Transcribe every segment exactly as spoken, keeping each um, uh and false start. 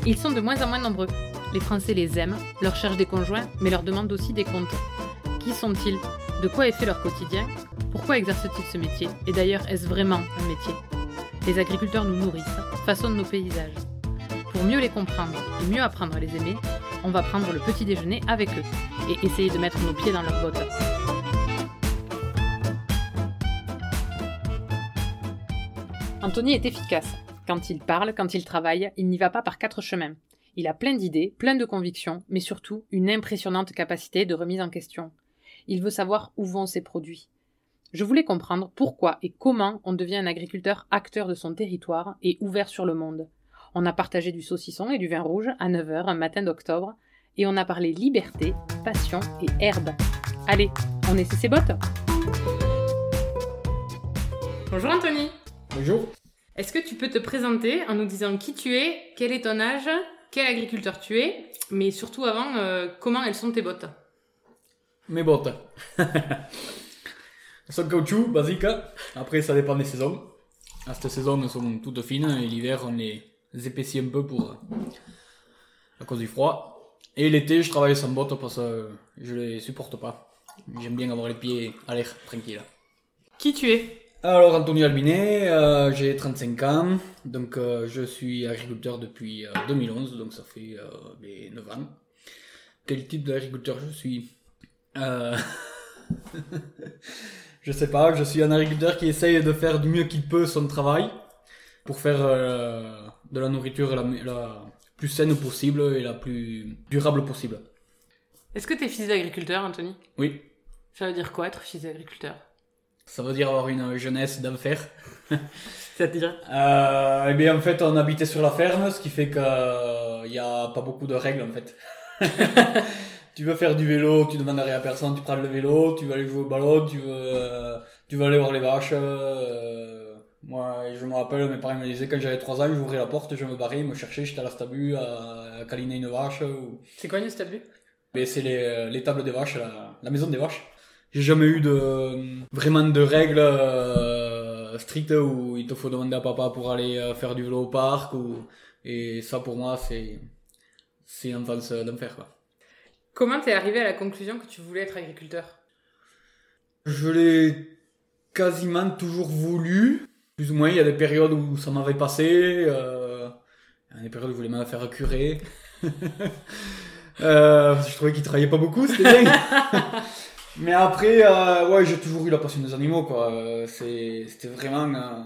Ils sont de moins en moins nombreux. Les Français les aiment, leur cherchent des conjoints, mais leur demandent aussi des comptes. Qui sont-ils ? De quoi est fait leur quotidien ? Pourquoi exercent-ils ce métier ? Et d'ailleurs, est-ce vraiment un métier ? Les agriculteurs nous nourrissent, façonnent nos paysages. Pour mieux les comprendre et mieux apprendre à les aimer, on va prendre le petit déjeuner avec eux et essayer de mettre nos pieds dans leurs bottes. Anthony est efficace. Quand il parle, quand il travaille, il n'y va pas par quatre chemins. Il a plein d'idées, plein de convictions, mais surtout une impressionnante capacité de remise en question. Il veut savoir où vont ses produits. Je voulais comprendre pourquoi et comment on devient un agriculteur acteur de son territoire et ouvert sur le monde. On a partagé du saucisson et du vin rouge à neuf heures un matin d'octobre et on a parlé liberté, passion et herbe. Allez, on essaie ses bottes ? Bonjour Anthony. Bonjour. Est-ce que tu peux te présenter en nous disant qui tu es, quel est ton âge, quel agriculteur tu es, mais surtout avant, euh, comment elles sont tes bottes ? Mes bottes. Elles sont caoutchouc, basique. Après, ça dépend des saisons. À cette saison, elles sont toutes fines et l'hiver, on les épaissit un peu pour à cause du froid. Et l'été, je travaille sans bottes parce que je les supporte pas. J'aime bien avoir les pieds à l'air tranquille. Qui tu es ? Alors, Anthony Albinet, euh, j'ai trente-cinq ans, donc euh, je suis agriculteur depuis euh, deux mille onze, donc ça fait euh, les neuf ans. Quel type d'agriculteur je suis ? euh... Je sais pas, je suis un agriculteur qui essaye de faire du mieux qu'il peut son travail pour faire euh, de la nourriture la, la plus saine possible et la plus durable possible. Est-ce que tu es fils d'agriculteur, Anthony ? Oui. Ça veut dire quoi, être fils d'agriculteur ? Ça veut dire avoir une jeunesse d'enfer. C'est-à-dire ? euh, Eh bien, en fait, on habitait sur la ferme, ce qui fait qu'il n'y a pas beaucoup de règles, en fait. Tu veux faire du vélo, tu demandes rien à personne, tu prends le vélo, tu veux aller jouer au ballon, tu veux, euh, tu veux aller voir les vaches. Euh, moi, je me rappelle, mes parents me disaient quand j'avais trois ans, j'ouvrais la porte, je me barrais, ils me cherchaient, j'étais à la stabu à, à câliner une vache. Ou... C'est quoi une stabu ? Mais c'est les, les tables des vaches, la, la maison des vaches. J'ai jamais eu de vraiment de règles euh, strictes où il te faut demander à papa pour aller euh, faire du vélo au parc. Ou, et ça, pour moi, c'est, c'est une enfance d'enfer, quoi. Comment t'es arrivé à la conclusion que tu voulais être agriculteur ? Je l'ai quasiment toujours voulu. Plus ou moins, il y a des périodes où ça m'avait passé. Euh, il y a des périodes où je voulais me faire curer. euh, je trouvais qu'il travaillait pas beaucoup, c'était bien. Mais après, euh, ouais, j'ai toujours eu la passion des animaux, quoi. Euh, c'est, c'était vraiment... Euh...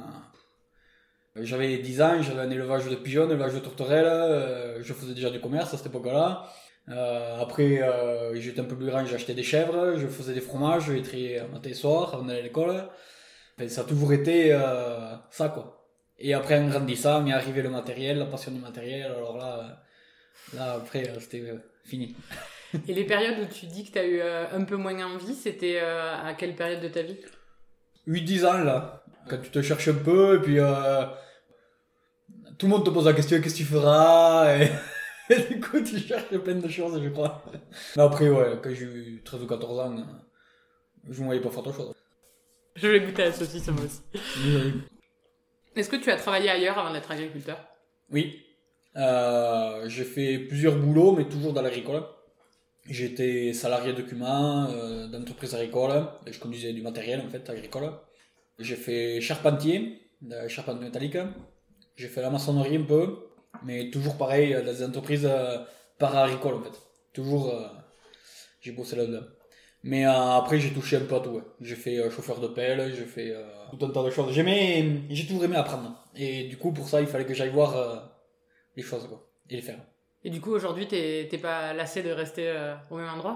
J'avais dix ans, j'avais un élevage de pigeons, un élevage de tourterelles. Euh, je faisais déjà du commerce à cette époque-là. Euh, après, euh, j'étais un peu plus grand, j'ai acheté des chèvres, je faisais des fromages, je les triais matin et soir avant d'aller à l'école. Enfin, ça a toujours été euh, ça, quoi. Et après, en grandissant, il est arrivé le matériel, la passion du matériel. Alors là, là après, c'était euh, fini. Et les périodes où tu dis que tu as eu euh, un peu moins envie, c'était euh, à quelle période de ta vie ? huit dix ans, là. Quand tu te cherches un peu, et puis euh, tout le monde te pose la question, qu'est-ce que tu feras ? Et, et du coup, tu cherches plein de choses, je crois. Mais après, ouais, quand j'ai eu treize ou quatorze ans, je ne voyais pas faire autre chose. Je voulais goûter à la saucisse, moi aussi. Oui. Est-ce que tu as travaillé ailleurs avant d'être agriculteur ? Oui. Euh, j'ai fait plusieurs boulots, mais toujours dans l'agricole. J'étais salarié de Cuma, euh, d'entreprise agricole, et je conduisais du matériel en fait agricole. J'ai fait charpentier, de charpente métallique. J'ai fait la maçonnerie un peu, mais toujours pareil dans des entreprises euh, para-agricoles en fait. Toujours, euh, j'ai bossé là-dedans. Mais euh, après j'ai touché un peu à tout. Ouais. J'ai fait euh, chauffeur de pelle, j'ai fait euh, tout un tas de choses. J'aimais, j'ai toujours aimé apprendre. Et du coup pour ça il fallait que j'aille voir euh, les choses quoi, et les faire. Et du coup, aujourd'hui, t'es, t'es pas lassé de rester euh, au même endroit ?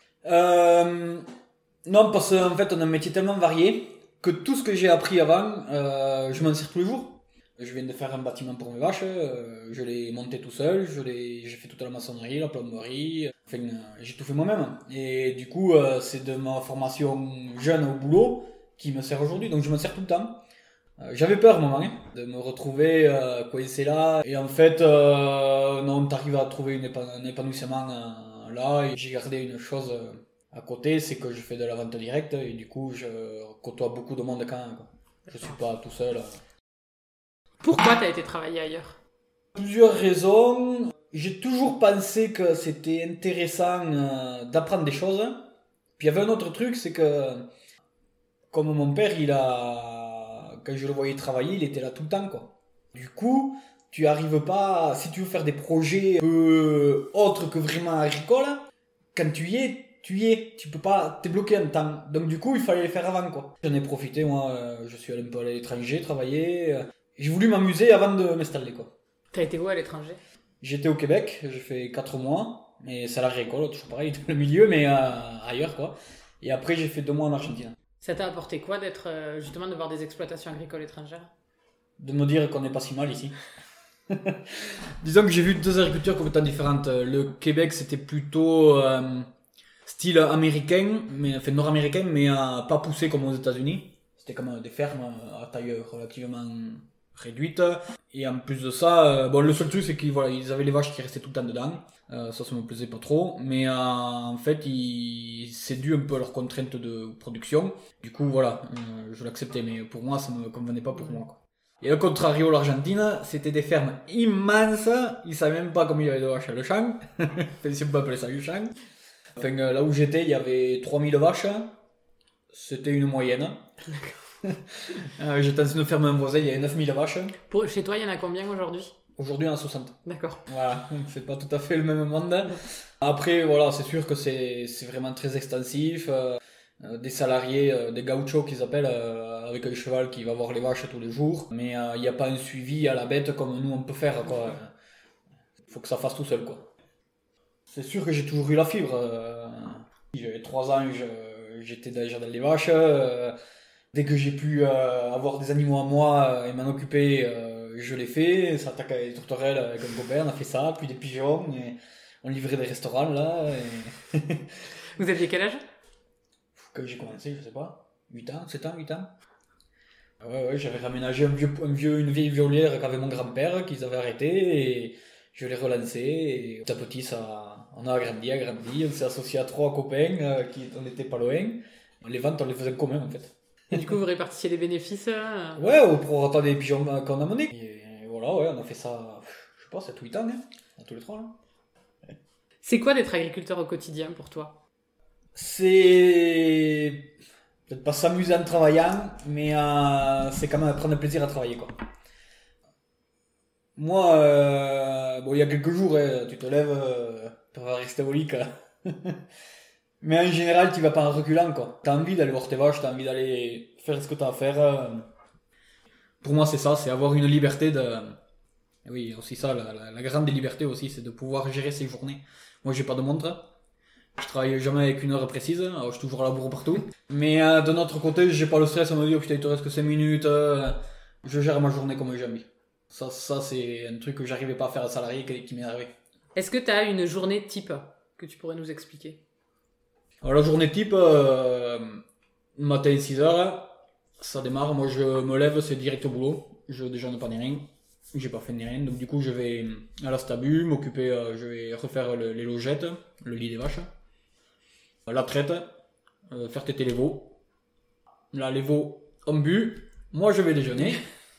euh, Non, parce qu'en fait, on a un métier tellement varié que tout ce que j'ai appris avant, euh, je m'en sers tous les jours. Je viens de faire un bâtiment pour mes vaches, euh, je l'ai monté tout seul, je l'ai, j'ai fait toute la maçonnerie, la plomberie, enfin, euh, j'ai tout fait moi-même. Et du coup, euh, c'est de ma formation jeune au boulot qui me sert aujourd'hui, donc je m'en sers tout le temps. Euh, j'avais peur, maman, hein, de me retrouver euh, coincé là. Et en fait, euh, non, t'arrives à trouver une épan- un épanouissement euh, là. Et j'ai gardé une chose euh, à côté, c'est que je fais de la vente directe. Et du coup, je côtoie beaucoup de monde quand même, quoi. Je suis pas tout seul. Pourquoi t'as été travailler ailleurs ? Plusieurs raisons. J'ai toujours pensé que c'était intéressant euh, d'apprendre des choses. Puis il y avait un autre truc, c'est que comme mon père, il a, quand je le voyais travailler, il était là tout le temps, quoi. Du coup, tu arrives pas, si tu veux faire des projets un peu autres que vraiment agricoles, quand tu y es, tu y es, tu peux pas, t'es bloqué un temps. Donc du coup, il fallait les faire avant, quoi. J'en ai profité, moi, euh, je suis allé un peu à l'étranger, travailler. Euh, j'ai voulu m'amuser avant de m'installer, quoi. T'as été où à l'étranger? J'étais au Québec, j'ai fait quatre mois, mais salarié agricole, toujours pareil, dans le milieu, mais euh, ailleurs, quoi. Et après, j'ai fait deux mois en Argentine. Ça t'a apporté quoi d'être, euh, justement, de voir des exploitations agricoles étrangères? De me dire qu'on n'est pas si mal ici. Disons que j'ai vu deux agricultures complètement différentes. Le Québec, c'était plutôt euh, style américain, mais enfin nord-américain, mais euh, pas poussé comme aux États-Unis. C'était comme des fermes à taille relativement réduite. Et en plus de ça, euh, bon, le seul truc, c'est qu'ils voilà, ils avaient les vaches qui restaient tout le temps dedans. Euh, ça, ça me plaisait pas trop. Mais euh, en fait, ils... c'est dû un peu à leurs contraintes de production. Du coup, voilà, euh, je l'acceptais, mais pour moi, ça me convenait pas pour moi, quoi. Et au contrario, l'Argentine, c'était des fermes immenses. Ils savaient même pas combien il y avait de vaches à le champ. Si on peut appeler ça le champ. Enfin, là où j'étais, il y avait trois mille vaches. C'était une moyenne. euh, j'étais dans une ferme voisine, il y avait neuf mille vaches. Pour, chez toi, il y en a combien aujourd'hui? Aujourd'hui, il y en a soixante. D'accord. Voilà, c'est pas tout à fait le même monde. Après, voilà, c'est sûr que c'est, c'est vraiment très extensif. Euh, des salariés, euh, des gauchos qu'ils appellent, euh, avec un cheval qui va voir les vaches tous les jours. Mais il euh, n'y a pas un suivi à la bête comme nous on peut faire, quoi. Il faut que ça fasse tout seul, quoi. C'est sûr que j'ai toujours eu la fibre. Euh, j'avais trois ans, je, j'étais déjà dans les vaches. Euh, dès que j'ai pu euh, avoir des animaux à moi et m'en occuper, euh, je l'ai fait. Ça attaque avec des tourterelles avec un copain, on a fait ça, puis des pigeons. Et on livrait des restaurants, là. Et... Vous aviez quel âge? Quand j'ai commencé, je sais pas, huit ans, sept ans, huit ans. Ouais, ouais, j'avais raménagé un vieux, un vieux, une vieille violière qu'avait mon grand-père, qu'ils avaient arrêté, et je l'ai relancé, et petit à petit, ça, on a agrandi, agrandi, on s'est associé à trois copains, euh, qui, on n'était pas loin. Les ventes, on les faisait quand même, en fait. Et du coup, vous répartissiez les bénéfices euh... Ouais, au prorata des pigeons qu'on a menés. Et voilà, ouais, on a fait ça, je sais pas, sept ou huit ans, hein, à tous les trois, là. Ouais. C'est quoi d'être agriculteur au quotidien pour toi? C'est peut-être pas s'amuser en travaillant, mais euh, c'est quand même prendre plaisir à travailler, quoi. Moi, euh, bon, il y a quelques jours, hein, tu te lèves, euh, tu vas rester au lit, quoi. Mais en général, tu vas pas en reculant, quoi. T'as envie d'aller voir tes vaches, t'as envie d'aller faire ce que t'as à faire. Euh. Pour moi, c'est ça, c'est avoir une liberté de... Oui, aussi ça, la, la, la grande liberté aussi, c'est de pouvoir gérer ses journées. Moi, j'ai pas de montre. Je travaille jamais avec une heure précise, alors je suis toujours à la bourre partout. Mais euh, de notre côté, j'ai pas le stress à me dire, oh, putain, il te reste que cinq minutes. Euh, je gère ma journée comme j'ai envie. Ça, ça c'est un truc que j'arrivais pas à faire à salarié qui, qui m'est arrivé. Est-ce que tu as une journée type que tu pourrais nous expliquer? Alors, la journée type, euh, matin six heures, ça démarre. Moi, je me lève, c'est direct au boulot. Je déjeune pas ni rien. J'ai pas fait ni rien. Donc, du coup, je vais à la stabu, m'occuper, euh, je vais refaire le, les logettes, le lit des vaches. La traite, euh, faire téter les veaux. Là, les veaux ont bu. Moi, je vais déjeuner.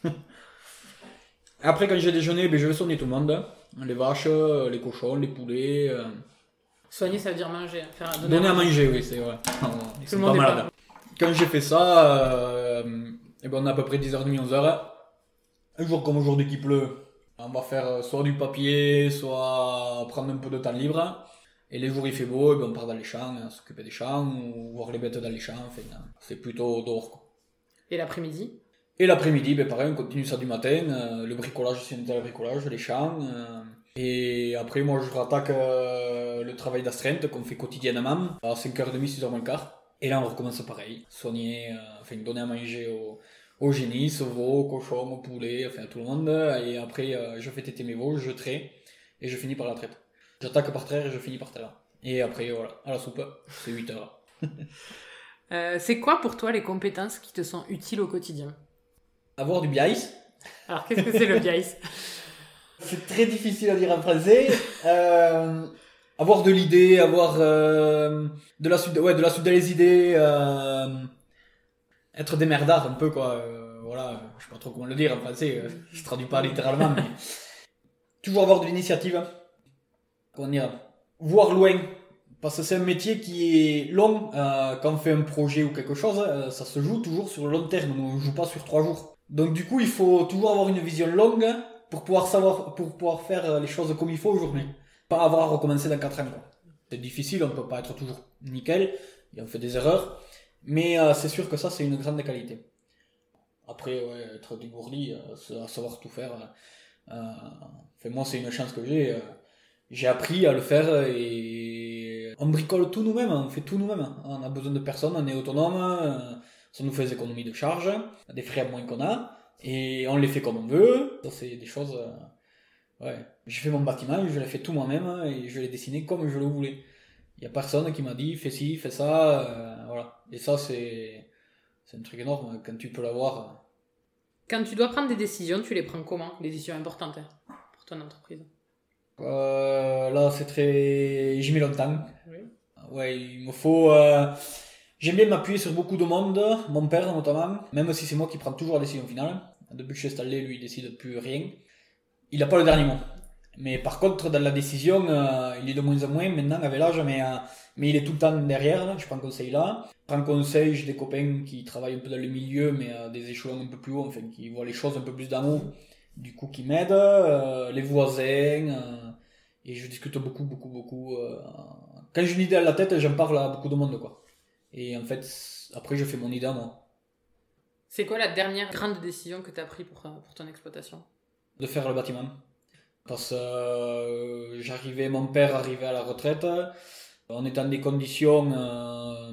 Après, quand j'ai déjeuné, ben, je vais soigner tout le monde. Les vaches, les cochons, les poulets. Euh... Soigner, ça veut dire manger. Faire, donner, donner à manger, manger oui, c'est vrai. Ils sont pas malades. Quand j'ai fait ça, euh, et ben, on a à peu près dix heures trente, onze heures. Un jour comme aujourd'hui qui pleut, on va faire soit du papier, soit prendre un peu de temps libre. Et les jours il fait beau, et ben on part dans les champs, s'occuper des champs, ou voir les bêtes dans les champs, enfin, c'est plutôt dehors, quoi. Et l'après-midi? Et l'après-midi, ben pareil, on continue ça du matin, euh, le bricolage, c'est le bricolage, les champs. Euh, et après, moi je rattaque euh, le travail d'astreinte qu'on fait quotidiennement, à cinq heures trente, six heures moins quart. Et là on recommence pareil, soigner, euh, enfin donner à manger aux, aux génisses, aux veaux, aux cochons, aux poulets, enfin à tout le monde. Et après, euh, je fais téter mes veaux, je trais, et je finis par la traite. J'attaque par terre et je finis par terre. Et après, voilà, à la soupe, c'est huit heures. euh, c'est quoi pour toi les compétences qui te sont utiles au quotidien? Avoir du biaïs. Alors, qu'est-ce que c'est le biaïs? C'est très difficile à dire en français. Euh, avoir de l'idée, avoir euh, de la suite, ouais, de la suite des idées, euh, être des merdards un peu, quoi. Euh, voilà, je sais pas trop comment le dire en français, je traduis pas littéralement, mais toujours avoir de l'initiative. Comment dire, voir loin. Parce que c'est un métier qui est long. Euh, quand on fait un projet ou quelque chose, euh, ça se joue toujours sur le long terme. On ne joue pas sur trois jours. Donc du coup, il faut toujours avoir une vision longue pour pouvoir savoir, pour pouvoir faire les choses comme il faut aujourd'hui. Pas avoir à recommencer dans quatre ans, quoi. C'est difficile, on ne peut pas être toujours nickel. Et on fait des erreurs. Mais euh, c'est sûr que ça, c'est une grande qualité. Après, ouais, être dégourdi, euh, savoir tout faire. Euh, enfin, moi, c'est une chance que j'ai. Euh, j'ai appris à le faire et on bricole tout nous-mêmes, on fait tout nous-mêmes. On a besoin de personne, on est autonome, euh, ça nous fait des économies de charge, des frais à moins qu'on a, et on les fait comme on veut. Ça, c'est des choses. Euh, ouais. J'ai fait mon bâtiment, je l'ai fait tout moi-même et je l'ai dessiné comme je le voulais. Il n'y a personne qui m'a dit fais ci, fais ça, euh, voilà. Et ça, c'est, c'est un truc énorme quand tu peux l'avoir. Quand tu dois prendre des décisions, tu les prends comment? Des décisions importantes hein, pour ton entreprise. Euh, là, c'est très. J'y mets longtemps. Oui. Ouais, il me faut. Euh... J'aime bien m'appuyer sur beaucoup de monde, mon père notamment, même si c'est moi qui prends toujours la décision finale. Depuis que je suis installé, lui, il décide plus rien. Il n'a pas le dernier mot. Mais par contre, dans la décision, euh, il est de moins en moins maintenant avec l'âge, mais, euh, mais il est tout le temps derrière. Je prends conseil là. Je prends conseil, j'ai des copains qui travaillent un peu dans le milieu, mais à des échelons un peu plus hauts, enfin, qui voient les choses un peu plus d'en haut, du coup, qui m'aident, euh, les voisins, euh, et je discute beaucoup, beaucoup, beaucoup. Euh, quand j'ai une idée à la tête, j'en parle à beaucoup de monde, quoi. Et en fait, après, je fais mon idée à moi. C'est quoi la dernière grande décision que tu as prise pour, pour ton exploitation? De faire le bâtiment. Parce que euh, j'arrivais, mon père arrivait à la retraite, on était dans des conditions euh,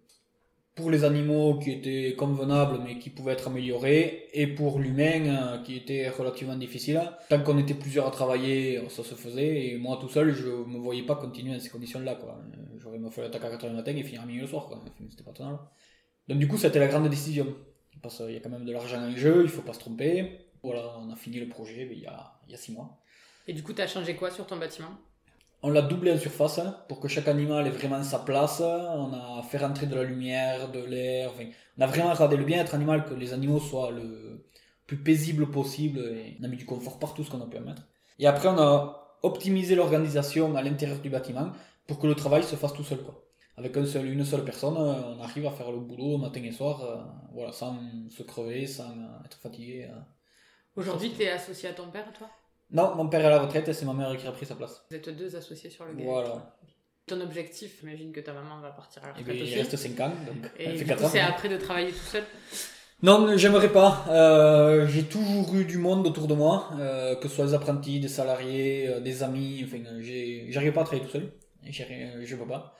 pour les animaux qui étaient convenables mais qui pouvaient être améliorées, et pour l'humain euh, qui était relativement difficile. Tant qu'on était plusieurs à travailler, ça se faisait, et moi tout seul, je me voyais pas continuer dans ces conditions-là, quoi. J'aurais me fallu attaquer à quatre heures du matin et finir à minuit le soir, quoi. Enfin, c'était pas tenable. Donc du coup, c'était la grande décision. Parce qu'il y a quand même de l'argent en jeu, il faut pas se tromper. Voilà, on a fini le projet il y a, il y a six mois. Et du coup, tu as changé quoi sur ton bâtiment? On l'a doublé en surface pour que chaque animal ait vraiment sa place. On a fait rentrer de la lumière, de l'air. Enfin, on a vraiment regardé le bien-être animal, que les animaux soient le plus paisible possible. Et on a mis du confort partout, ce qu'on a pu en mettre. Et après, on a optimisé l'organisation à l'intérieur du bâtiment pour que le travail se fasse tout seul, quoi. Avec un seul, une seule personne, on arrive à faire le boulot matin et soir, euh, voilà, sans se crever, sans être fatigué. Euh. Aujourd'hui, tu es associé à ton père, toi? Non, mon père est à la retraite et c'est ma mère qui a pris sa place. Vous êtes deux associés sur le gars. Voilà. Ton objectif, j'imagine que ta maman va partir à la Et retraite bien, aussi. il reste cinq ans, donc et elle fait du quatre coup, ans. c'est après de travailler tout seul? Non, j'aimerais pas. Euh, j'ai toujours eu du monde autour de moi, euh, que ce soit des apprentis, des salariés, euh, des amis. Enfin, j'ai, j'arrive pas à travailler tout seul. Je peux pas.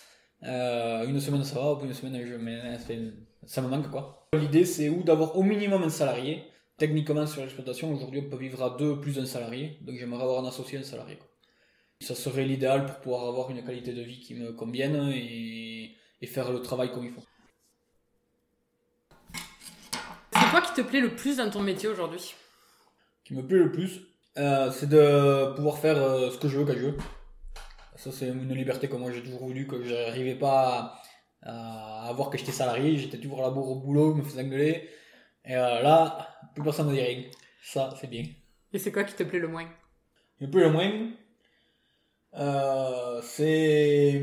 Euh, une semaine ça va, au bout d'une semaine je, mais, ça me manque, quoi. L'idée, c'est ou d'avoir au minimum un salarié. Techniquement, sur l'exploitation, aujourd'hui, on peut vivre à deux plus d'un salarié. Donc j'aimerais avoir un associé, un salarié, quoi. Ça serait l'idéal pour pouvoir avoir une qualité de vie qui me convienne et, et faire le travail comme il faut. C'est quoi qui te plaît le plus dans ton métier aujourd'hui? Qui me plaît le plus, euh, c'est de pouvoir faire euh, ce que je veux quand je veux. Ça, c'est une liberté que moi j'ai toujours voulu, que je n'arrivais pas à, à avoir que j'étais salarié. J'étais toujours à la bourre au boulot, je me faisais engueuler. Et euh, là, plus personne ne me dit rien. Ça, c'est bien. Et c'est quoi qui te plaît le moins? Le plus le moins, euh, c'est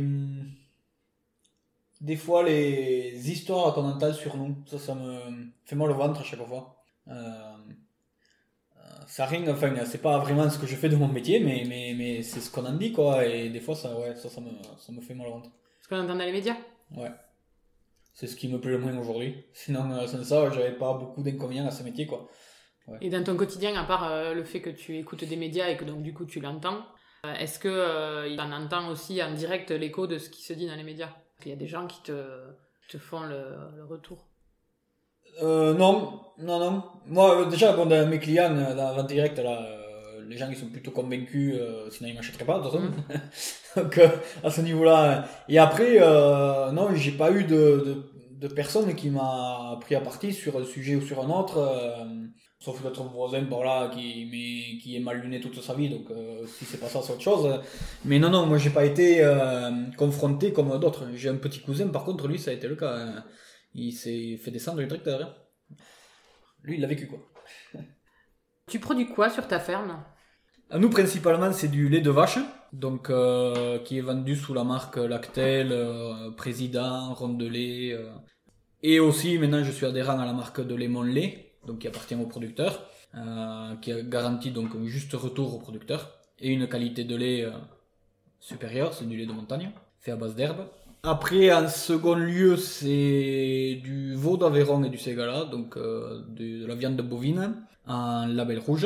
des fois les histoires qu'on entend sur nous. Ça, ça me fait mal au ventre à chaque fois. Euh, ça rien, enfin, c'est pas vraiment ce que je fais de mon métier, mais, mais, mais c'est ce qu'on en dit, quoi. Et des fois, ça, ouais, ça, ça me, ça me fait mal au ventre. Ce qu'on entend dans les médias? Ouais. C'est ce qui me plaît le moins aujourd'hui. Sinon, euh, sans ça, j'avais pas beaucoup d'inconvénients à ce métier, quoi. Ouais. Et dans ton quotidien, à part euh, le fait que tu écoutes des médias et que donc du coup tu l'entends, euh, est-ce que euh, t'en entends aussi en direct l'écho de ce qui se dit dans les médias? Parce qu'il y a des gens qui te, te font le, le retour. Euh, non, non, non. Moi, déjà, bon, dans mes clients, dans la vente directe, là, euh, les gens ils sont plutôt convaincus, euh, sinon ils m'achèteraient pas, de toute façon. Mmh. Donc, euh, à ce niveau-là. Et après, euh, non, j'ai pas eu de, de, de personne qui m'a pris à partie sur un sujet ou sur un autre. Euh, Sauf peut-être mon voisin par là qui, mais, qui est mal luné toute sa vie, donc euh, si c'est pas ça, c'est autre chose. Mais non, non, moi j'ai pas été euh, confronté comme d'autres. J'ai un petit cousin, par contre, lui ça a été le cas. Hein. Il s'est fait descendre du tracteur. Hein. Lui il l'a vécu, quoi. Tu produis quoi sur ta ferme? Nous, principalement, c'est du lait de vache, donc euh, qui est vendu sous la marque Lactel, euh, Président, Rondelet. Euh. Et aussi, maintenant, je suis adhérent à la marque de lait Mon Lait, donc qui appartient au producteur, euh, qui garantit donc un juste retour au producteur et une qualité de lait euh, supérieure. C'est du lait de montagne, fait à base d'herbe. Après, en second lieu, c'est du veau d'Aveyron et du Ségala, donc euh, de, de la viande bovine en label rouge.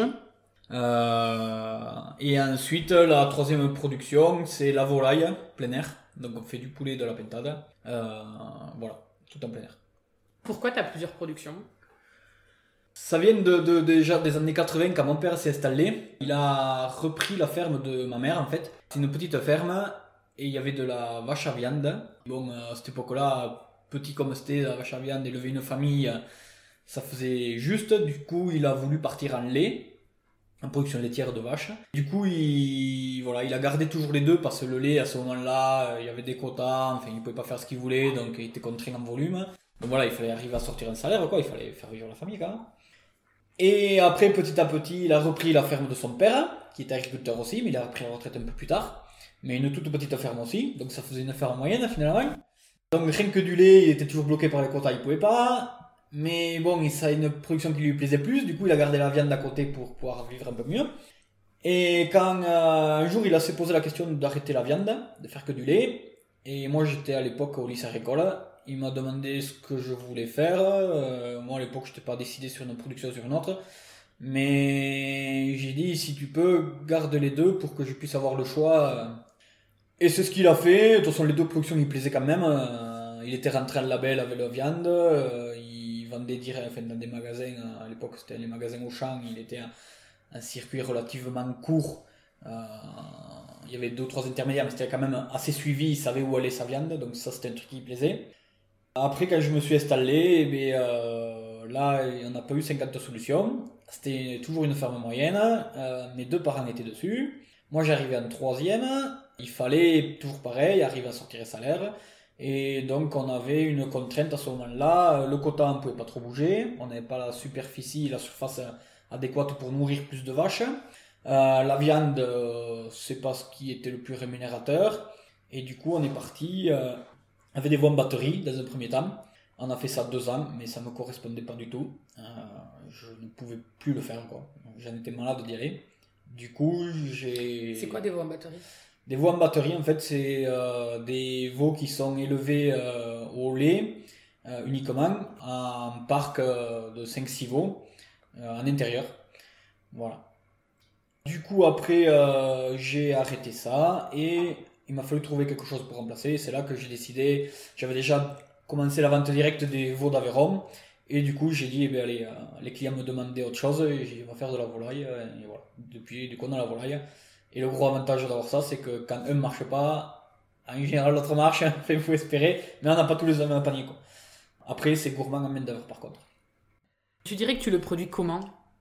Euh, et ensuite, la troisième production, c'est la volaille, plein air. Donc on fait du poulet, de la pentade. Euh, voilà, tout en plein air. Pourquoi tu as plusieurs productions ? Ça vient de, de, déjà des années quatre-vingts, quand mon père s'est installé. Il a repris la ferme de ma mère, en fait. C'est une petite ferme, et il y avait de la vache à viande. Bon, à cette époque-là, petit comme c'était, la vache à viande, élever une famille, ça faisait juste. Du coup, il a voulu partir en lait, en production laitière de vache. Du coup, il, voilà, il a gardé toujours les deux parce que le lait, à ce moment-là, il y avait des quotas, enfin, il ne pouvait pas faire ce qu'il voulait, donc il était contraint en volume. Donc voilà, il fallait arriver à sortir un salaire, quoi, il fallait faire vivre la famille quand même. Et après, petit à petit, il a repris la ferme de son père, qui était agriculteur aussi, mais il a repris la retraite un peu plus tard. Mais une toute petite ferme aussi, donc ça faisait une ferme moyenne finalement. Donc rien que du lait, il était toujours bloqué par les quotas, il ne pouvait pas. Mais bon, ça a une production qui lui plaisait plus, du coup il a gardé la viande à côté pour pouvoir vivre un peu mieux. Et quand euh, un jour il a se posé la question d'arrêter la viande, de faire que du lait, et moi j'étais à l'époque au lycée agricole, il m'a demandé ce que je voulais faire. Euh, moi à l'époque je n'étais pas décidé sur une production ou sur une autre, mais j'ai dit si tu peux, garde les deux pour que je puisse avoir le choix. Et c'est ce qu'il a fait, de toute façon les deux productions lui plaisaient quand même. Il était rentré en label avec la viande, il vendait direct, enfin, dans des magasins, à l'époque c'était les magasins Auchan, il était un, un circuit relativement court, euh, il y avait deux ou trois intermédiaires, mais c'était quand même assez suivi, il savait où allait sa viande, donc ça c'était un truc qui lui plaisait. Après quand je me suis installé, eh bien, euh, là on n'a pas eu cinquante solutions, c'était toujours une ferme moyenne, euh, mes deux parents étaient dessus, moi j'arrivais en troisième, il fallait toujours pareil, arriver à sortir les salaires. Et donc on avait une contrainte à ce moment-là, le quota on ne pouvait pas trop bouger, on n'avait pas la superficie, la surface adéquate pour nourrir plus de vaches. Euh, la viande, euh, c'est pas ce qui était le plus rémunérateur, et du coup on est parti euh, avec des veaux en batterie dans un premier temps. On a fait ça deux ans, mais ça ne me correspondait pas du tout, euh, je ne pouvais plus le faire, quoi. J'en étais malade d'y aller. Du coup j'ai... C'est quoi des veaux en batterie ? Des veaux en batterie, en fait, c'est euh, des veaux qui sont élevés euh, au lait euh, uniquement, en parc euh, de cinq six veaux, euh, en intérieur. Voilà. Du coup, après, euh, j'ai arrêté ça et il m'a fallu trouver quelque chose pour remplacer. C'est là que j'ai décidé, j'avais déjà commencé la vente directe des veaux d'Aveyron. Et du coup, j'ai dit, eh bien, allez, euh, les clients me demandaient autre chose, et j'ai dit, on va faire de la volaille. Et voilà. Depuis, du coup, on a la volaille. Et le gros avantage d'avoir ça, c'est que quand un ne marche pas, en général l'autre marche, il faut espérer, mais on n'a pas tous les œufs dans le panier, quoi. Après, c'est gourmand en main d'œuvre par contre. Tu dirais que tu le produis comment ?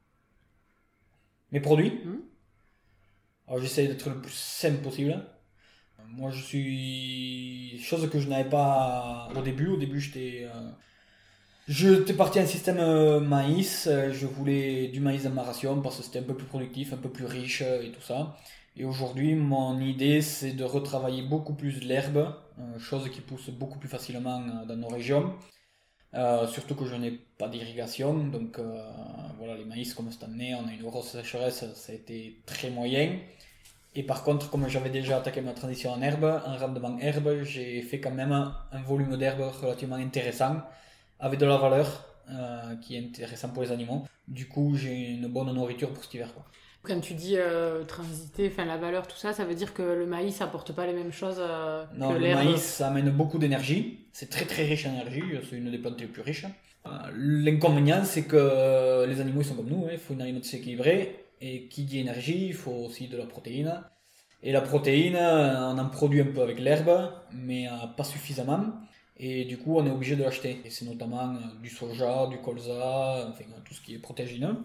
Mes produits mmh. Alors j'essaie d'être le plus simple possible. Moi je suis... Chose que je n'avais pas au début. Au début j'étais... Euh... J'étais parti en système euh, maïs. Je voulais du maïs dans ma ration parce que c'était un peu plus productif, un peu plus riche et tout ça. Et aujourd'hui, mon idée, c'est de retravailler beaucoup plus l'herbe, euh, chose qui pousse beaucoup plus facilement euh, dans nos régions. Euh, surtout que je n'ai pas d'irrigation, donc euh, voilà, les maïs comme cette année, on a une grosse sécheresse, ça a été très moyen. Et par contre, comme j'avais déjà attaqué ma transition en herbe, en rendement herbe, j'ai fait quand même un volume d'herbe relativement intéressant, avec de la valeur, euh, qui est intéressant pour les animaux. Du coup, j'ai une bonne nourriture pour cet hiver, quoi. Quand tu dis euh, transiter, enfin la valeur, tout ça, ça veut dire que le maïs apporte pas les mêmes choses euh, non, que le l'herbe. maïs, ça amène beaucoup d'énergie. C'est très très riche en énergie. C'est une des plantes les plus riches. Euh, l'inconvénient, c'est que les animaux ils sont comme nous. Il hein, faut une alimentation équilibrée. Et qui dit énergie, il faut aussi de la protéine. Et la protéine, on en produit un peu avec l'herbe, mais euh, pas suffisamment. Et du coup, on est obligé de l'acheter. Et c'est notamment euh, du soja, du colza, enfin tout ce qui est protéagineux.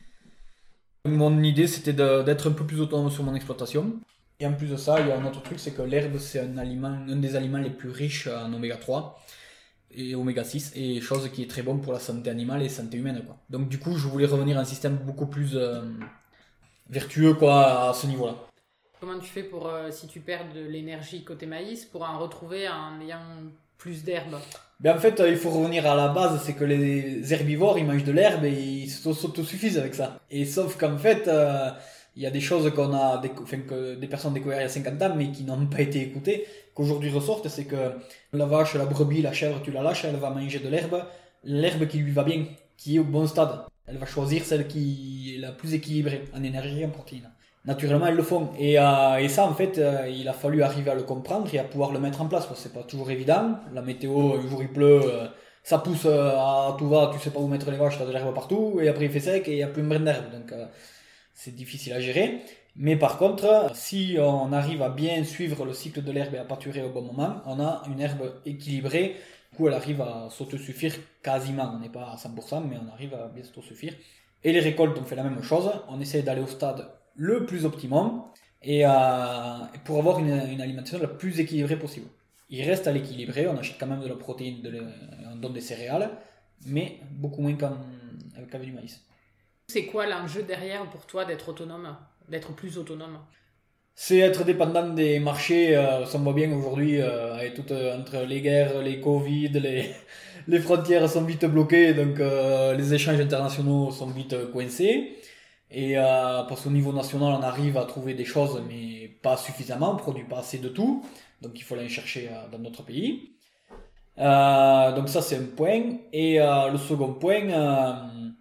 Mon idée, c'était de, d'être un peu plus autonome sur mon exploitation. Et en plus de ça, il y a un autre truc, c'est que l'herbe, c'est un, aliment, un des aliments les plus riches en oméga trois et oméga six, et chose qui est très bonne pour la santé animale et la santé humaine, quoi. Donc du coup, je voulais revenir à un système beaucoup plus, euh, vertueux quoi à ce niveau-là. Comment tu fais pour, euh, si tu perds de l'énergie côté maïs, pour en retrouver en ayant plus d'herbe? Ben en fait, il faut revenir à la base, c'est que les herbivores, ils mangent de l'herbe et ils s'autosuffisent avec ça. Et sauf qu'en fait, euh, il y a des choses qu'on a, décou- enfin, que des personnes découvertes il y a cinquante ans, mais qui n'ont pas été écoutées, qu'aujourd'hui ressortent, c'est que la vache, la brebis, la chèvre, tu la lâches, elle va manger de l'herbe, l'herbe qui lui va bien, qui est au bon stade. Elle va choisir celle qui est la plus équilibrée en énergie et en protéines. Naturellement, elles le font. Et, euh, et ça, en fait, euh, il a fallu arriver à le comprendre et à pouvoir le mettre en place. Parce que c'est pas toujours évident. La météo, un jour il pleut, euh, ça pousse euh, à tout va, tu sais pas où mettre les vaches, t'as de l'herbe partout. Et après il fait sec et il y a plus un brin d'herbe. Donc euh, c'est difficile à gérer. Mais par contre, si on arrive à bien suivre le cycle de l'herbe et à pâturer au bon moment, on a une herbe équilibrée. Du coup, elle arrive à s'autosuffire quasiment. On n'est pas à cent pour cent, mais on arrive à bien s'autosuffire. Et les récoltes, on fait la même chose. On essaie d'aller au stade le plus optimum et euh, pour avoir une, une alimentation la plus équilibrée possible. Il reste à l'équilibrer, on achète quand même de la protéine, de la, on donne des céréales, mais beaucoup moins qu'avec du maïs. C'est quoi l'enjeu derrière pour toi d'être autonome, d'être plus autonome? C'est être dépendant des marchés, euh, ça me voit bien aujourd'hui, euh, avec tout, euh, entre les guerres, les Covid, les, les frontières sont vite bloquées, donc euh, les échanges internationaux sont vite coincés. Et euh, parce qu'au niveau national, on arrive à trouver des choses, mais pas suffisamment, on produit pas assez de tout, donc il faut aller chercher euh, dans notre pays. Euh, donc ça c'est un point. Et euh, le second point, euh,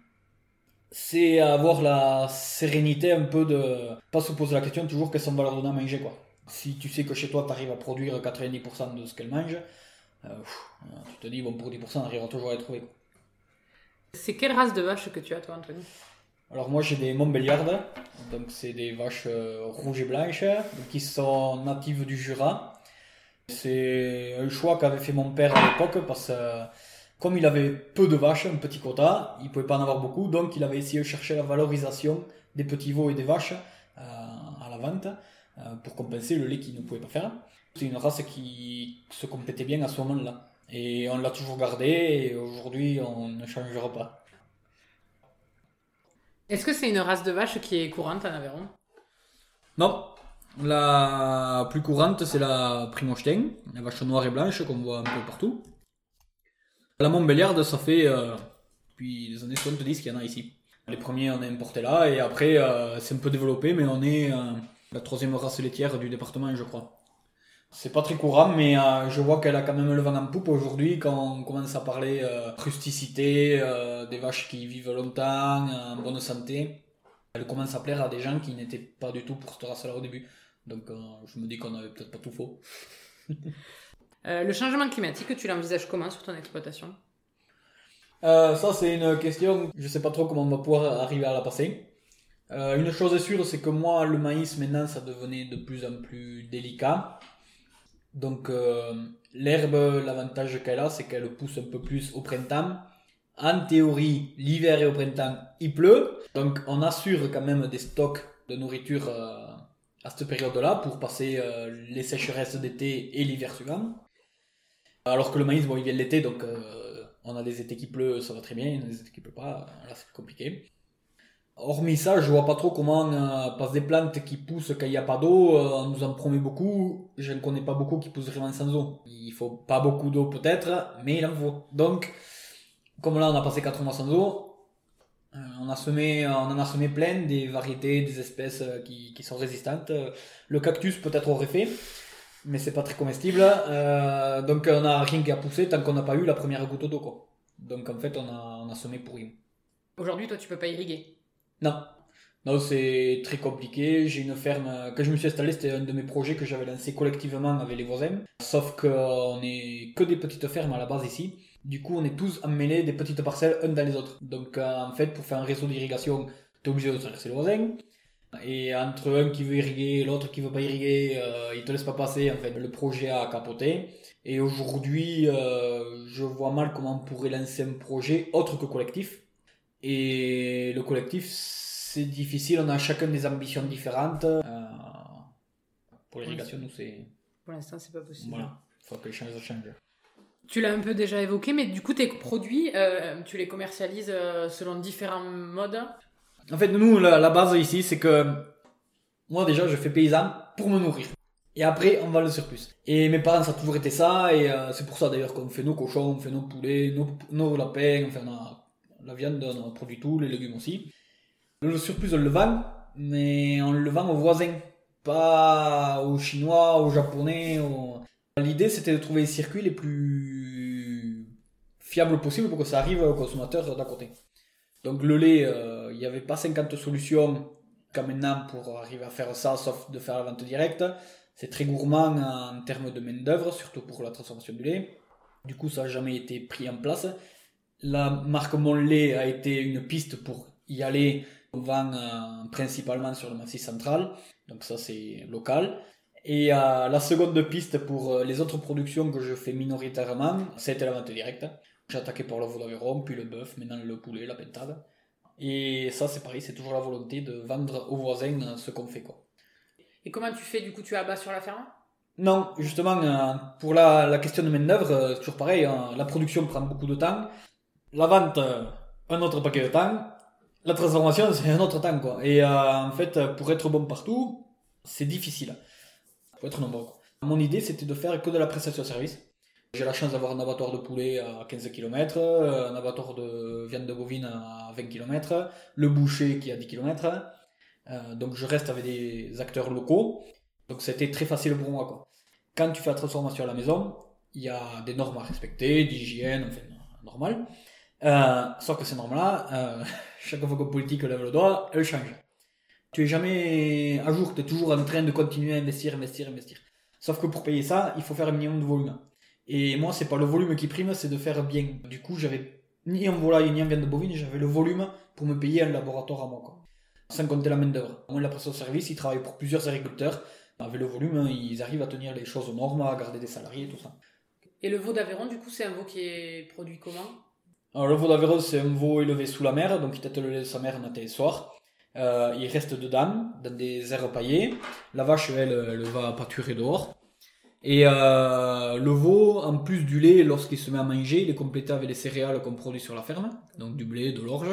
c'est avoir la sérénité un peu de pas se poser la question toujours qu'est-ce qu'on va leur donner à manger quoi. Si tu sais que chez toi tu arrives à produire quatre-vingt-dix pour cent de ce qu'elles mangent, euh, tu te dis bon pour dix pour cent on arrivera toujours à les trouver. Quoi. C'est quelle race de vache que tu as toi Anthony? Alors moi j'ai des Montbéliardes, donc c'est des vaches euh, rouges et blanches, donc qui sont natives du Jura. C'est un choix qu'avait fait mon père à l'époque parce que euh, comme il avait peu de vaches, un petit quota, il pouvait pas en avoir beaucoup, donc il avait essayé de chercher la valorisation des petits veaux et des vaches euh, à la vente euh, pour compenser le lait qu'il ne pouvait pas faire. C'est une race qui se complétait bien à ce moment-là. Et on l'a toujours gardé et aujourd'hui on ne changera pas. Est-ce que c'est une race de vache qui est courante en Aveyron? Non, la plus courante c'est la Primostein, la vache noire et blanche qu'on voit un peu partout. La Montbéliarde ça fait euh, depuis les années soixante-dix qu'il y en a ici. Les premiers on a importé là et après euh, c'est un peu développé mais on est euh, la troisième race laitière du département je crois. C'est pas très courant mais euh, je vois qu'elle a quand même le vent en poupe aujourd'hui quand on commence à parler euh, rusticité, euh, des vaches qui vivent longtemps, en bonne santé. Elle commence à plaire à des gens qui n'étaient pas du tout pour cette race-là au début. Donc euh, je me dis qu'on avait peut-être pas tout faux. euh, le changement climatique, tu l'envisages comment sur ton exploitation? euh, Ça c'est une question, je sais pas trop comment on va pouvoir arriver à la passer. Euh, une chose est sûre, c'est que moi le maïs maintenant ça devenait de plus en plus délicat. Donc euh, l'herbe, l'avantage qu'elle a, c'est qu'elle pousse un peu plus au printemps. En théorie, l'hiver et au printemps, il pleut. Donc on assure quand même des stocks de nourriture euh, à cette période-là pour passer euh, les sécheresses d'été et l'hiver suivant. Alors que le maïs, bon, il vient l'été, donc euh, on a des étés qui pleut, ça va très bien. Des étés qui pleut pas, là c'est compliqué. Hormis ça, je vois pas trop comment euh, passe des plantes qui poussent quand il n'y a pas d'eau. Euh, on nous en promet beaucoup. Je ne connais pas beaucoup qui poussent vraiment sans eau. Il faut pas beaucoup d'eau peut-être, mais il en faut. Donc, comme là on a passé quatre mois sans eau, euh, on a semé, on en a semé plein des variétés, des espèces euh, qui, qui sont résistantes. Le cactus peut-être aurait fait, mais c'est pas très comestible. Euh, donc on a rien qui a poussé tant qu'on n'a pas eu la première goutte d'eau quoi. Donc en fait on a, on a semé pour rien. Aujourd'hui, toi, tu peux pas irriguer? Non. Non, c'est très compliqué. J'ai une ferme. Quand je me suis installé, c'était un de mes projets que j'avais lancé collectivement avec les voisins. Sauf qu'on est que des petites fermes à la base ici. Du coup, on est tous emmêlés des petites parcelles, un dans les autres. Donc, euh, en fait, pour faire un réseau d'irrigation, t'es obligé de traverser les voisins. Et entre un qui veut irriguer et l'autre qui veut pas irriguer, euh, ils te laissent pas passer. En fait, le projet a capoté. Et aujourd'hui, euh, je vois mal comment on pourrait lancer un projet autre que collectif. Et le collectif, c'est difficile, on a chacun des ambitions différentes. Euh, pour l'irrigation, nous, c'est. Pour l'instant, c'est pas possible. Voilà, il faut que les choses changent. Tu l'as un peu déjà évoqué, mais du coup, tes produits, euh, tu les commercialises euh, selon différents modes? En fait, nous, la, la base ici, c'est que moi déjà, je fais paysan pour me nourrir. Et après, on vend le surplus. Et mes parents, ça a toujours été ça, et euh, c'est pour ça d'ailleurs qu'on fait nos cochons, on fait nos poulets, nos, nos lapins, enfin, on a la viande, on produit tout, les légumes aussi. Le surplus, on le vend, mais on le vend aux voisins, pas aux Chinois, aux Japonais. Aux... L'idée, c'était de trouver les circuits les plus fiables possibles pour que ça arrive aux consommateurs d'à côté. Donc le lait, il euh, n'y avait pas cinquante solutions comme maintenant pour arriver à faire ça, sauf de faire la vente directe. C'est très gourmand en termes de main-d'œuvre, surtout pour la transformation du lait. Du coup, ça n'a jamais été pris en place. La marque Mon Lait a été une piste pour y aller. On vend euh, principalement sur le Massif central, donc ça c'est local. Et euh, la seconde piste pour euh, les autres productions que je fais minoritairement, c'était la vente directe. J'ai attaqué par le veau d'Aveyron, puis le bœuf, maintenant le poulet, la pintade. Et ça c'est pareil, c'est toujours la volonté de vendre aux voisins ce qu'on fait, quoi. Et comment tu fais, du coup, tu abats sur la ferme? Non, justement, euh, pour la, la question de main-d'œuvre, euh, c'est toujours pareil, hein, la production prend beaucoup de temps, la vente, euh, un autre paquet de temps, la transformation, c'est un autre temps, quoi. Et euh, en fait, pour être bon partout, c'est difficile. Faut être nombreux, quoi. Mon idée, c'était de faire que de la prestation de service. J'ai la chance d'avoir un abattoir de poulet à quinze kilomètres, un abattoir de viande de bovine à vingt kilomètres, le boucher qui est à dix kilomètres. Euh, donc je reste avec des acteurs locaux. Donc c'était très facile pour moi, quoi. Quand tu fais la transformation à la maison, il y a des normes à respecter, d'hygiène, enfin, normal. Euh, sauf que ces normes-là, euh, chaque fois qu'un politique lève le doigt, elles changent. Tu es jamais à jour, tu es toujours en train de continuer à investir, investir, investir. Sauf que pour payer ça, il faut faire un minimum de volume. Et moi, c'est pas le volume qui prime, c'est de faire bien. Du coup, j'avais ni en volaille ni en viande de bovine, j'avais le volume pour me payer un laboratoire à moi, quoi. Sans compter la main d'œuvre. Moi, la prestation de service, ils travaillent pour plusieurs agriculteurs. Avec le volume, ils arrivent à tenir les choses aux normes, à garder des salariés, tout ça. Et le veau d'Aveyron, du coup, c'est un veau qui est produit comment? Alors, le veau d'Aveyron, c'est un veau élevé sous la mer, donc il tète le lait de sa mère matin et soir. Euh, il reste dedans, dans des aires paillées. La vache, elle, elle va pâturer dehors. Et euh, le veau, en plus du lait, lorsqu'il se met à manger, il est complété avec les céréales qu'on produit sur la ferme, donc du blé, de l'orge,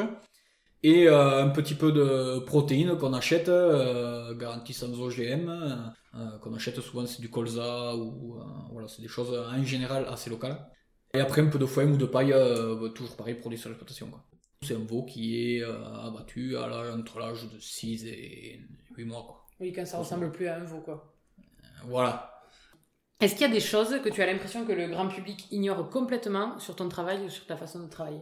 et euh, un petit peu de protéines qu'on achète, euh, garanties sans O G M, euh, qu'on achète souvent, c'est du colza, ou euh, voilà, c'est des choses en général assez locales. Et après un peu de foin ou de paille, euh, toujours pareil, produit sur l'exploitation, quoi. C'est un veau qui est euh, abattu à l'âge, entre l'âge de six et huit mois, quoi. Oui, quand ça ressemble plus à un veau, quoi. Euh, voilà. Est-ce qu'il y a des choses que tu as l'impression que le grand public ignore complètement sur ton travail ou sur ta façon de travailler?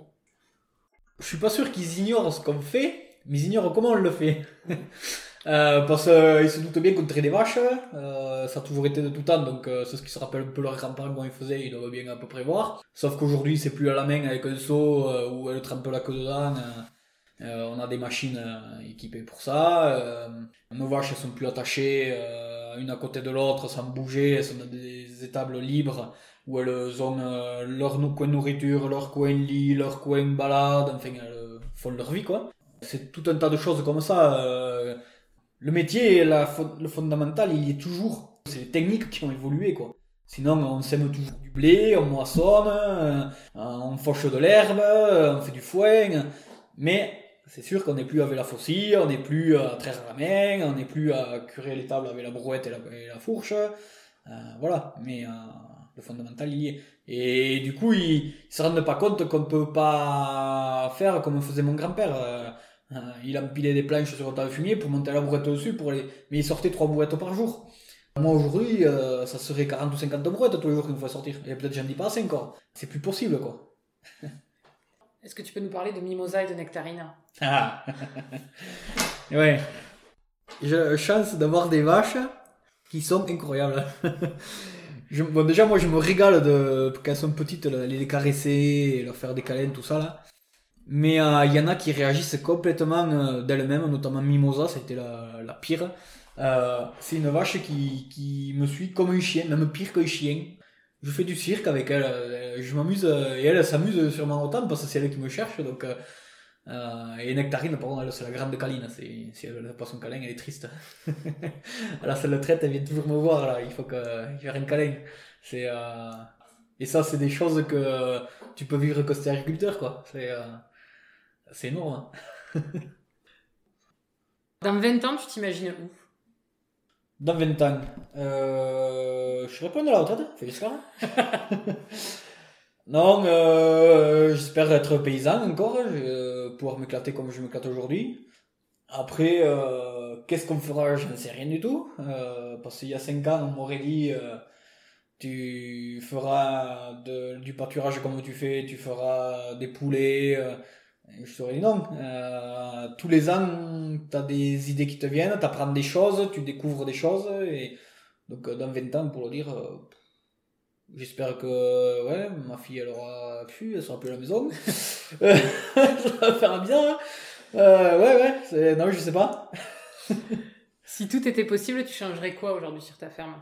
Je suis pas sûr qu'ils ignorent ce qu'on fait, mais ils ignorent comment on le fait. euh, parce qu'ils euh, se doutent bien qu'on traite des vaches, euh, ça a toujours été de tout temps, donc euh, c'est ce qui se rappelle un peu leurs grands-parents comment ils faisaient, ils doivent bien à peu près voir. Sauf qu'aujourd'hui, c'est plus à la main avec un seau euh, où elle trempe la queue dedans. Euh, euh, on a des machines euh, équipées pour ça. Euh, nos vaches, elles sont plus attachées euh, une à côté de l'autre sans bouger, elles sont dans des étables libres où elles ont euh, leur coin de nourriture, leur coin lit, leur coin balade, enfin elles font leur vie, quoi. C'est tout un tas de choses comme ça. Euh, le métier, la, le fondamental, il y est toujours. C'est les techniques qui ont évolué, quoi. Sinon, on sème toujours du blé, on moissonne, euh, on fauche de l'herbe, on fait du foin, mais c'est sûr qu'on n'est plus avec la faucille, on n'est plus à traire à la main, on n'est plus à curer les tables avec la brouette et la, et la fourche, euh, voilà. Mais euh, le fondamental il y est. Et du coup, ils, ils se rendent pas compte qu'on peut pas faire comme faisait mon grand-père. Euh, euh, il empilait des planches sur le tas de fumier pour monter la brouette dessus, pour les... mais il sortait trois brouettes par jour. Moi aujourd'hui, euh, ça serait quarante ou cinquante brouettes tous les jours qu'il me faut sortir. Et peut-être j'en dis pas assez encore. C'est plus possible, quoi. Est-ce que tu peux nous parler de Mimosa et de Nectarine? Ah ouais. J'ai la chance d'avoir des vaches qui sont incroyables. je, bon, déjà, moi, je me régale de, quand elles sont petites, les caresser, leur faire des câlins, tout ça, là. Mais il euh, y en a qui réagissent complètement euh, d'elles-mêmes, notamment Mimosa, c'était la, la pire. Euh, c'est une vache qui, qui me suit comme un chien, même pire qu'un chien. Je fais du cirque avec elle, je m'amuse, et elle, elle s'amuse sûrement autant parce que c'est elle qui me cherche, donc... Euh, Euh, et Nectarine, par contre, elle, c'est la grande câline. C'est, si elle n'a pas son câlin, elle est triste. À la salle de traite, elle vient toujours me voir, là. Il faut qu'il y ait un câlin. C'est, euh... Et ça, c'est des choses que tu peux vivre quand t'es agriculteur, quoi. C'est, euh... c'est énorme. Hein. Dans vingt ans, tu t'imagines où? Dans vingt ans, euh, je serai pas de la retraite, Félix Carré. Non, euh, j'espère être paysan encore, euh, pouvoir m'éclater comme je m'éclate aujourd'hui. Après, euh, qu'est-ce qu'on fera? Je ne sais rien du tout. Euh, parce qu'il y a cinq ans, on m'aurait dit, euh, tu feras de, du pâturage comme tu fais, tu feras des poulets. Euh, je t'aurais dit non. Euh, tous les ans, tu as des idées qui te viennent, tu apprends des choses, tu découvres des choses. Et donc, dans vingt ans, pour le dire, euh, j'espère que ouais, ma fille elle aura pu, elle sera plus à la maison. Ça va faire bien. Euh, ouais, ouais, c'est... non, je sais pas. Si tout était possible, tu changerais quoi aujourd'hui sur ta ferme?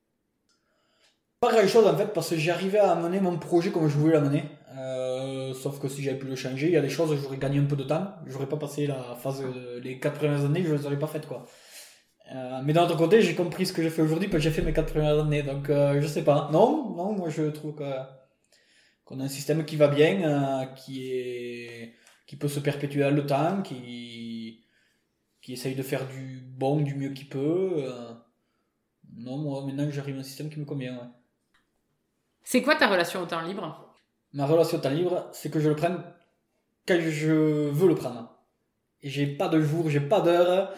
Pas grand chose en fait, parce que j'arrivais à mener mon projet comme je voulais l'amener. Euh, sauf que si j'avais pu le changer, il y a des choses où j'aurais gagné un peu de temps. J'aurais pas passé la phase, euh, les quatre premières années, je les aurais pas faites quoi. Euh, mais d'un autre côté, j'ai compris ce que j'ai fait aujourd'hui parce que j'ai fait mes quatre premières années, donc euh, je sais pas. Non, non, moi je trouve que qu'on a un système qui va bien, euh, qui est qui peut se perpétuer dans le temps, qui qui essaye de faire du bon, du mieux qu'il peut. Euh, non, moi maintenant j'arrive à un système qui me convient. Ouais. C'est quoi ta relation au temps libre? Ma relation au temps libre, c'est que je le prenne quand je veux le prendre. Et j'ai pas de jour, j'ai pas d'heure.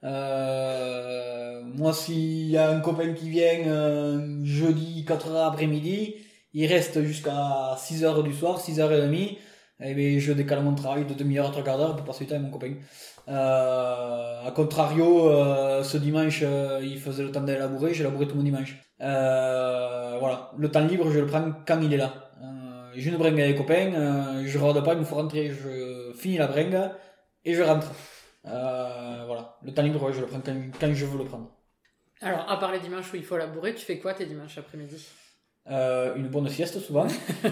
Euh, moi, s'il y a un copain qui vient euh, jeudi quatre heures après-midi, il reste jusqu'à six heures du soir, six heures trente, et bien je décale mon travail de demi-heure à trois quarts d'heure pour passer du temps avec mon copain. Euh, a contrario, euh, ce dimanche, euh, il faisait le temps d'aller labourer, j'ai labouré tout mon dimanche. Euh, voilà, le temps libre, je le prends quand il est là. Euh, j'ai une bringue avec les copains, euh, je rôde pas, il me faut rentrer, je finis la bringue et je rentre. Euh, voilà, le temps libre, ouais, je le prends quand, quand je veux le prendre. Alors, à part les dimanches où il faut labourer, tu fais quoi tes dimanches après-midi? euh, Une bonne sieste souvent.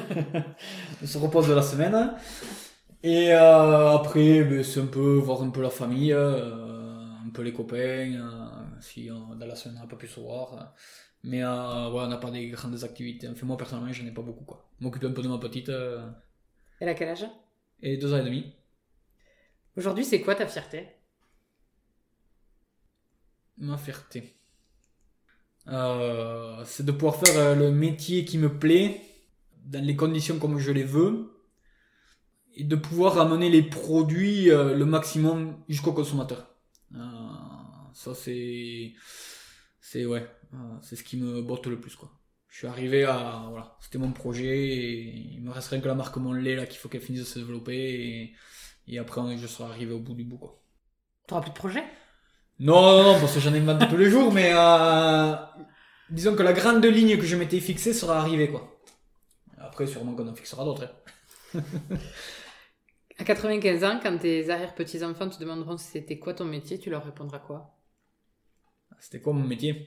On se repose de la semaine. Et euh, après, ben, c'est un peu voir un peu la famille, euh, un peu les copains, euh, si euh, dans la semaine on n'a pas pu se voir. Mais euh, ouais, on n'a pas des grandes activités. Enfin, moi personnellement, j'en ai pas beaucoup quoi. M'occuper un peu de ma petite. Euh, Elle a quel âge? Et deux ans et demi. Aujourd'hui, c'est quoi ta fierté? Ma fierté. Euh, c'est de pouvoir faire le métier qui me plaît, dans les conditions comme je les veux, et de pouvoir amener les produits euh, le maximum jusqu'au consommateur. Euh, ça c'est, c'est ouais, euh, c'est ce qui me botte le plus quoi. Je suis arrivé à voilà, c'était mon projet et il me reste rien que la marque Mon Lait là qu'il faut qu'elle finisse de se développer et, et après je serai arrivé au bout du bout quoi. T'auras plus de projet? Non, non, non, parce que j'en invente tous les jours, mais euh, disons que la grande ligne que je m'étais fixée sera arrivée quoi. Après sûrement qu'on en fixera d'autres. Hein. À quatre-vingt-quinze ans, quand tes arrière-petits-enfants te demanderont si c'était quoi ton métier, tu leur répondras quoi? C'était quoi mon métier?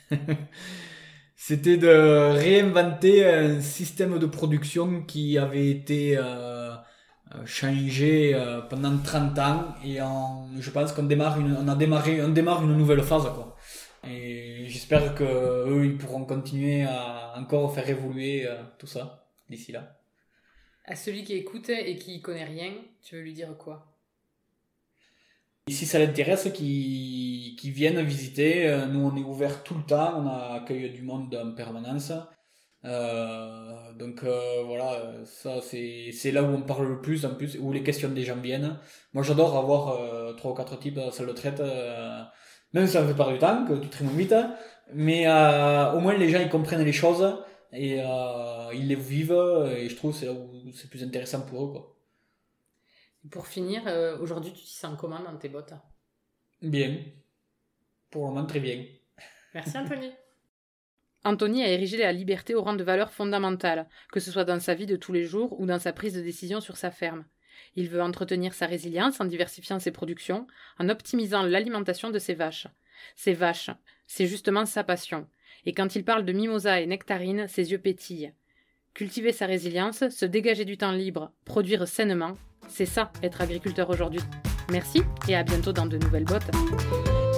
C'était de réinventer un système de production qui avait été euh, changé euh, pendant trente ans et en, je pense qu'on démarre une, on a démarré, on démarre une nouvelle phase quoi. Et j'espère que eux ils pourront continuer à encore faire évoluer euh, tout ça d'ici là. À celui qui écoute et qui connaît rien, tu veux lui dire quoi? Et si ça l'intéresse, qu'ils qui viennent visiter. Nous, on est ouvert tout le temps. On accueille du monde en permanence. Euh, donc euh, voilà, ça c'est c'est là où on parle le plus en plus, où les questions des gens viennent. Moi, j'adore avoir euh, trois ou quatre types à la salle de traite. Euh, même si ça me fait pas du temps, que tu traites vite. Mais euh, au moins, les gens ils comprennent les choses. Et euh, ils les vivent et je trouve que c'est là où c'est plus intéressant pour eux quoi. Pour finir, euh, aujourd'hui tu t'y sens comment dans tes bottes? Bien, pour le moment très bien. Merci Anthony. Anthony a érigé la liberté au rang de valeur fondamentale, que ce soit dans sa vie de tous les jours ou dans sa prise de décision sur sa ferme. Il veut entretenir sa résilience en diversifiant ses productions, en optimisant l'alimentation de ses vaches. Ses vaches, c'est justement sa passion. Et quand il parle de mimosa et nectarine, ses yeux pétillent. Cultiver sa résilience, se dégager du temps libre, produire sainement, c'est ça, être agriculteur aujourd'hui. Merci et à bientôt dans de nouvelles bottes.